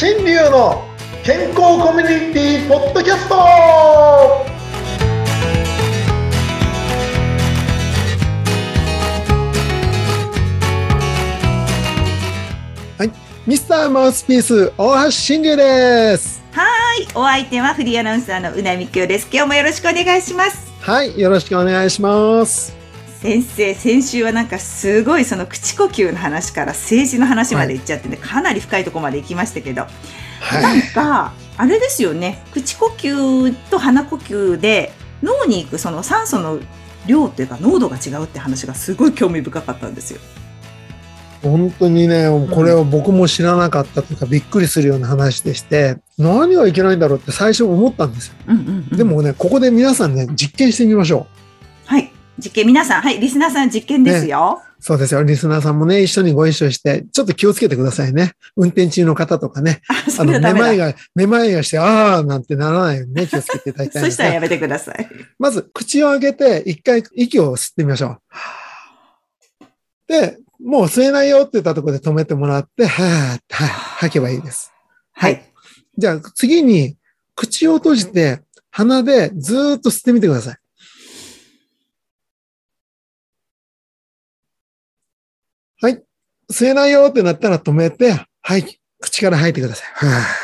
新流の健康コミュニティポッドキャスト。はい、ミスターマウスピース大橋新流です。 はい、お相手はフリーアナウンサーのうなみきよです。今日もよろしくお願いします。 はい、よろしくお願いします。 先生、先週はなんかすごいその口呼吸の話から政治の話までいっちゃってね、かなり深いところまで行きましたけど、なんかあれですよね、口呼吸と鼻呼吸で脳に行くその酸素の量っていうか濃度が違うって話がすごい興味深かったんですよ。 本当にね、これは僕も知らなかったというか、びっくりするような話でして、何がいけないんだろうって最初思ったんですよ。でもね、ここで皆さんね、実験してみましょう。はい。実験、皆さん、はい、リスナーさん実験ですよ。 ね、そうですよ。リスナーさんもね、一緒にご一緒して、ちょっと気をつけてくださいね。運転中の方とかね。めまいがして、あーなんてならないようにね、気をつけていただきたいんです。 そしたらやめてください。 まず、口を開けて、一回息を吸ってみましょう。で、もう吸えないよって言ったところで止めてもらって、はーって吐けばいいです。 はい。 じゃあ、次に、口を閉じて、鼻でずーっと吸ってみてください。はい。吸えないよってなったら止めて、はい。口から吐いてください。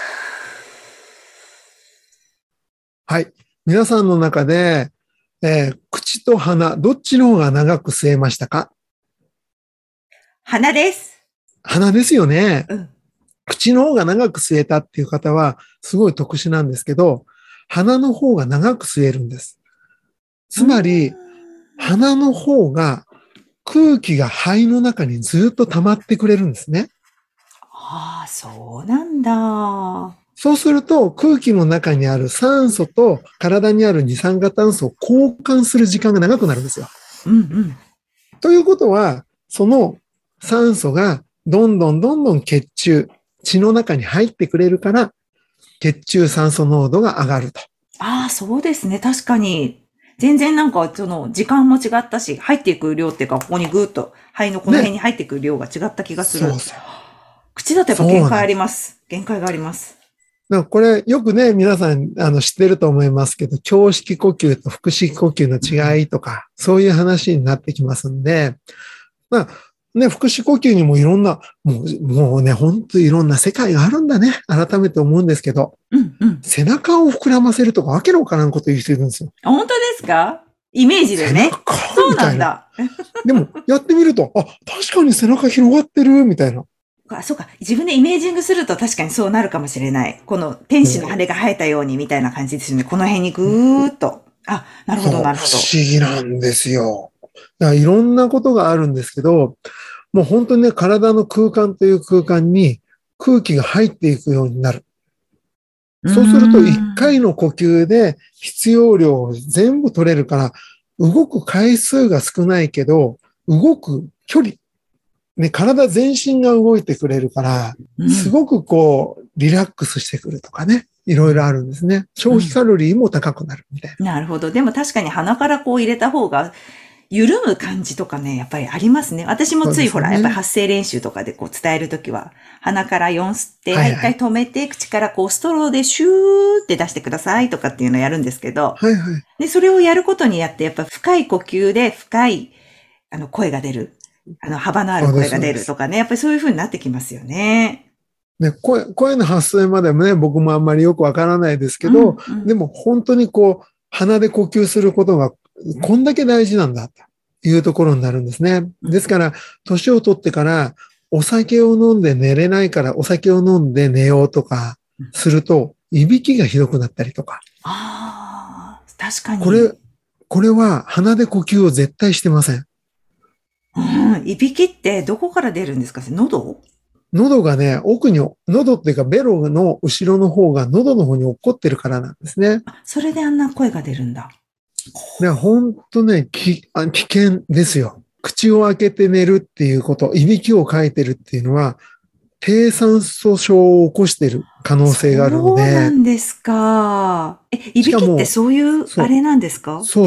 はい。皆さんの中で、口と鼻、どっちの方が長く吸えましたか？ 鼻です。 鼻ですよね。口の方が長く吸えたっていう方は、すごい特殊なんですけど、鼻の方が長く吸えるんです。つまり、鼻の方が空気が肺の中にずっと溜まってくれるんですね。 ああ、そうなんだ。 そうすると空気の中にある酸素と体にある二酸化炭素を交換する時間が長くなるんですよ。ということは、その酸素がどんどん血の中に入ってくれるから、血中酸素濃度が上がると。 ああ、そうですね。確かに。全然なんか、その、時間も違ったし、入っていく量っていうか、ここにぐーっと、肺のこの辺に入っていく量が違った気がする。そうそう。口だとやっぱ限界あります。限界があります。 これ、よくね、皆さん、知ってると思いますけど、胸式呼吸と腹式呼吸の違いとか、そういう話になってきますんで、まあ、ね、腹式呼吸にもいろんな、もうね、本当いろんな世界があるんだね。改めて思うんですけど。背中を膨らませるとかわけのわからんこと言ってるんですよ。 本当ですか？イメージでね。そうなんだ。 でも、やってみると、確かに背中広がってる、みたいな。 そうか。自分でイメージングすると確かにそうなるかもしれない。この天使の羽が生えたようにみたいな感じですよね。この辺にぐーっと。なるほど、なるほど。 不思議なんですよ。だからいろんなことがあるんですけど、もう本当にね、体の空間という空間に空気が入っていくようになる。そうすると1回の呼吸で必要量を全部取れるから、動く回数が少ないけど、動く距離、ね、体全身が動いてくれるから、すごくリラックスしてくるとかね、いろいろあるんですね。消費カロリーも高くなるみたいな。 なるほど。でも確かに鼻から入れた方が、緩む感じとかね、やっぱりありますね。私もついほら、やっぱり発声練習とかで伝えるときは、鼻から4吸って、一回止めて、口からストローでシューって出してくださいとかっていうのをやるんですけど、で、それをやることによって、やっぱ深い呼吸で深い、声が出る。幅のある声が出るとかね、やっぱりそういう風になってきますよね。 ね、声の発声までもね、僕もあんまりよくわからないですけど、でも本当に鼻で呼吸することがこんだけ大事なんだというところになるんですね。ですから、年を取ってからお酒を飲んで寝れないからお酒を飲んで寝ようとかすると、いびきがひどくなったりとか。 確かに。 これは鼻で呼吸を絶対してません。 いびきってどこから出るんですか？ 喉がね、喉っていうかベロの後ろの方が喉の方に落っこってるからなんですね。 それであんな声が出るんだ。 本当ね、危険ですよ。口を開けて寝るっていうこと、いびきをかいてるっていうのは、低酸素症を起こしている可能性があるので。 そうなんですか。いびきってそういうあれなんですか？ そう。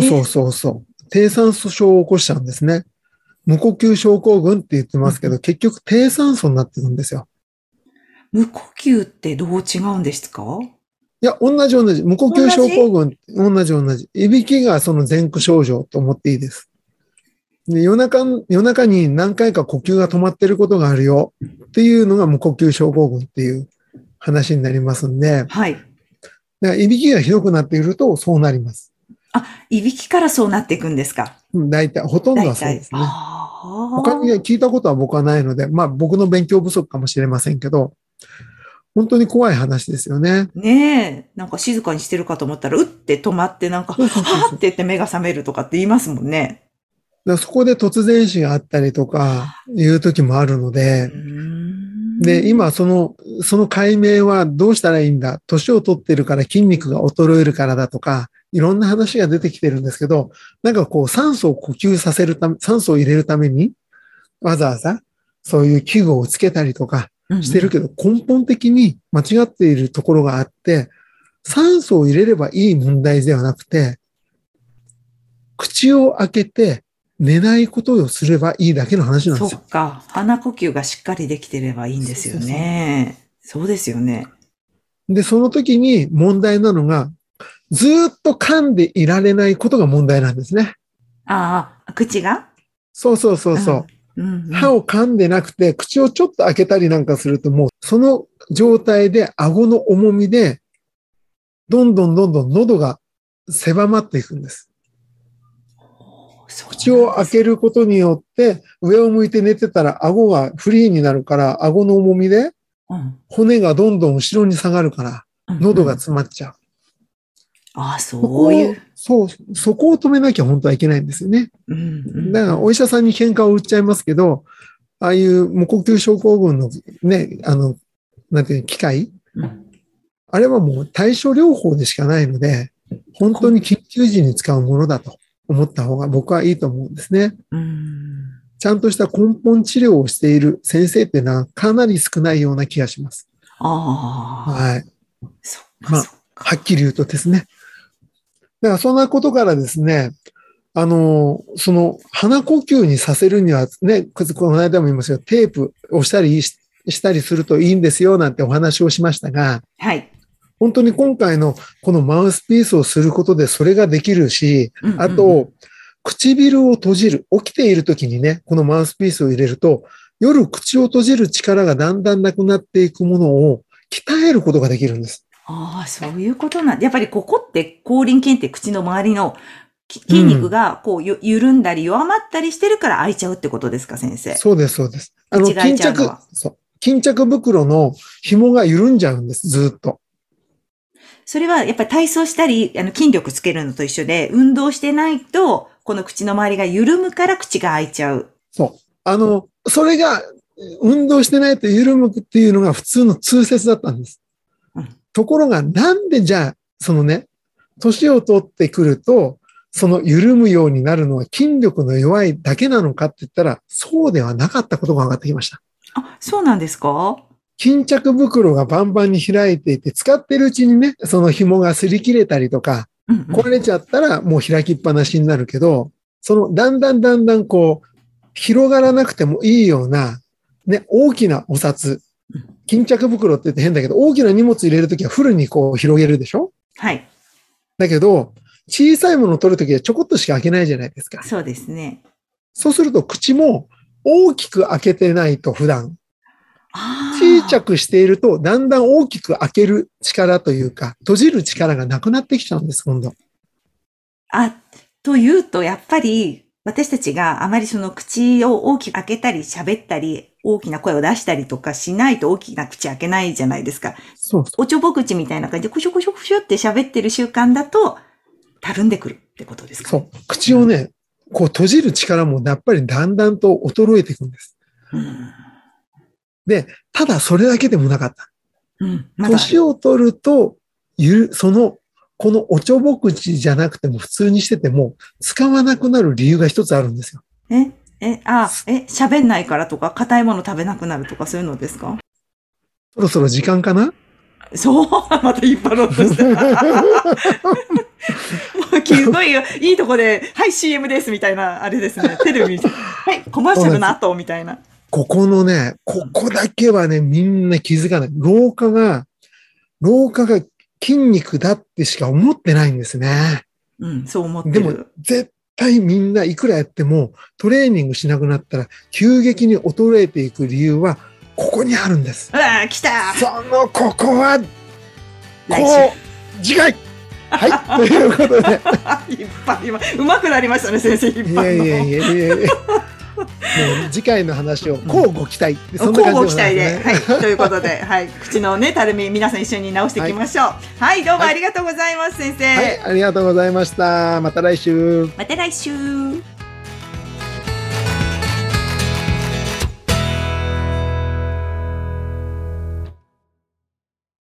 低酸素症を起こしちゃうんですね。無呼吸症候群って言ってますけど、結局低酸素になってるんですよ。 無呼吸ってどう違うんですか？ いや、同じ。無呼吸症候群、同じ。いびきがその前駆症状と思っていいです。で、夜中に何回か呼吸が止まってることがあるよっていうのが無呼吸症候群っていう話になりますんで、 はい。 だからいびきがひどくなっているとそうなります。 あ、いびきからそうなっていくんですか？ 大体、ほとんどはそう大体。 ですね。他にああ。 聞いたことは僕はないので、まあ僕の勉強不足かもしれませんけど、本当に怖い話ですよね。 ねえ。なんか静かにしてるかと思ったら、うって止まってなんか、 そうそうそうはぁそう。 って言って目が覚めるとかって言いますもんね。 だからそこで突然死があったりとかいう時もあるのうで、で、 ーん。 今その解明はどうしたらいいんだ。年を取ってるから筋肉が衰えるからだとか、いろんな話が出てきてるんですけど、なんかこう酸素を呼吸させるため、酸素を入れるために、わざわざそういう器具をつけたりとかうんうん。 してるけど、根本的に間違っているところがあって、酸素を入れればいい問題ではなくて、口を開けて寝ないことをすればいいだけの話なんでそすよ。 っか。鼻呼吸がしっかりできてればいいんですよそうそうそね。そうですよね。 う。で、その時に問題なのが、ずーっと噛んでいられないことが問題なんですね。 ああ、口が。 そううん。 そう。 うんうん。 歯を噛んでなくて、口をちょっと開けたりなんかすると、もうその状態で顎の重みで、どんどん喉が狭まっていくんです。 そう口を開なんですか。 けることによって、上を向いて寝てたら顎がフリーになるから、顎の重みでうん。 骨がどんどん後ろに下がるから、 うんう喉がん。 詰まっちゃう。 ああ、そういう。 そこを止めなきゃ本当はいけないんですよね。 うんうんだからおうん。 医者さんに喧嘩を売っちゃいますけど、ああいう無呼吸症候群のね、なんていう機械、 うん。 あれはもう対処療法でしかないので、本当こんに緊急時に使うものだと思った方が僕はいいと思うんですね。 うん。 ちゃんとした根本治療をしている先生っていうのはかなり少ないような気がします。 ああ、 はい。 そっかまあ、 そっか。 はっきり言うとですね。だからそんなことからですね、その鼻呼吸にさせるにはね、この間も言いましたが、テープをしたりするといいんですよなんてお話をしましたが、 はい。 本当に今回のこのマウスピースをすることでそれができるし、 うんうんうん。 あと、唇を閉じる。起きている時にね、このマウスピースを入れると、夜口を閉じる力がだんだんなくなっていくものを鍛えることができるんです。 ああ、そういうことなんやっぱりここって口輪筋って口の周りの筋肉うん。 がこう緩んだり弱まったりしてるから開いちゃうってことですか、先生。 そうです、そうです。 口が開いちゃうのは。 巾着袋の紐が緩んじゃうんです、ずっと。 それはやっぱり体操したり、筋力つけるのと一緒で、運動してないと、この口の周りが緩むから口が開いちゃう。 そう。それが、運動してないと緩むっていうのが普通の通説だったんです。 うん。 ところが、なんでじゃあ、そのね、年を取ってくると、その緩むようになるのは筋力の弱いだけなのかって言ったら、そうではなかったことが分かってきました。 あ、そうなんですか？ 巾着袋がバンバンに開いていて、使ってるうちにね、その紐が擦り切れたりとか、 うんうん。 壊れちゃったらもう開きっぱなしになるけど、だんだんこう、広がらなくてもいいような、ね、大きなお札、巾着袋って言って変だけど、大きな荷物入れるときはフルにこう広げるでしょ。 はい。 だけど、小さいものを取るときはちょこっとしか開けないじゃないですか。 そうですね。 そうすると口も大きく開けてないと普段、小さあくしているとだんだん大きく開ける力というか、閉じる力がなくなってきちゃうんです、今度。 あ。あ、というと、やっぱり、私たちがあまりその口を大きく開けたり喋ったり、大きな声を出したりとかしないと大きな口開けないじゃないですか。 そうそおちょぼ口みたいな感じで、クシュクシュクシュって喋ってる習慣だと、たるんでくるってことですう。 かね。 そう。口をね、こう閉じる力もやっぱりだんだんと衰えていくんです。 うん。 で、ただそれだけでもなかった。 うん。まだある。 年を取ると、このおちょぼ口じゃなくても普通にしてても使わなくなる理由が一つあるんですよ。 喋んないからとか、硬いもの食べなくなるとか、そういうのですか？ そろそろ時間かな。 そう、また引っ張ろうとした。もうすごいいいとこで、はい、CM ですみたいな、あれですね。テレビ、はい、コマーシャルのそうなんです。 後みたいな。 ここのね、ここだけはね、みんな気づかない。老化が筋肉だってしか思ってないんですね。 うん、そう思ってる。 でも、絶対みんないくらやっても、トレーニングしなくなったら、急激に衰えていく理由は、ここにあるんです。 うわー、来たここは、 来次回はい、ということで。 いっぱい、うまくなりましたね、先生、いっぱい。 もう次回の話をこうご期待。 そんな感じでございますね。はい。ということで、はい。口のね、たるみ、皆さん一緒に直していきましょう。はい、どうもありがとうございます、先生。 はい、ありがとうございました。また来週。 また来週。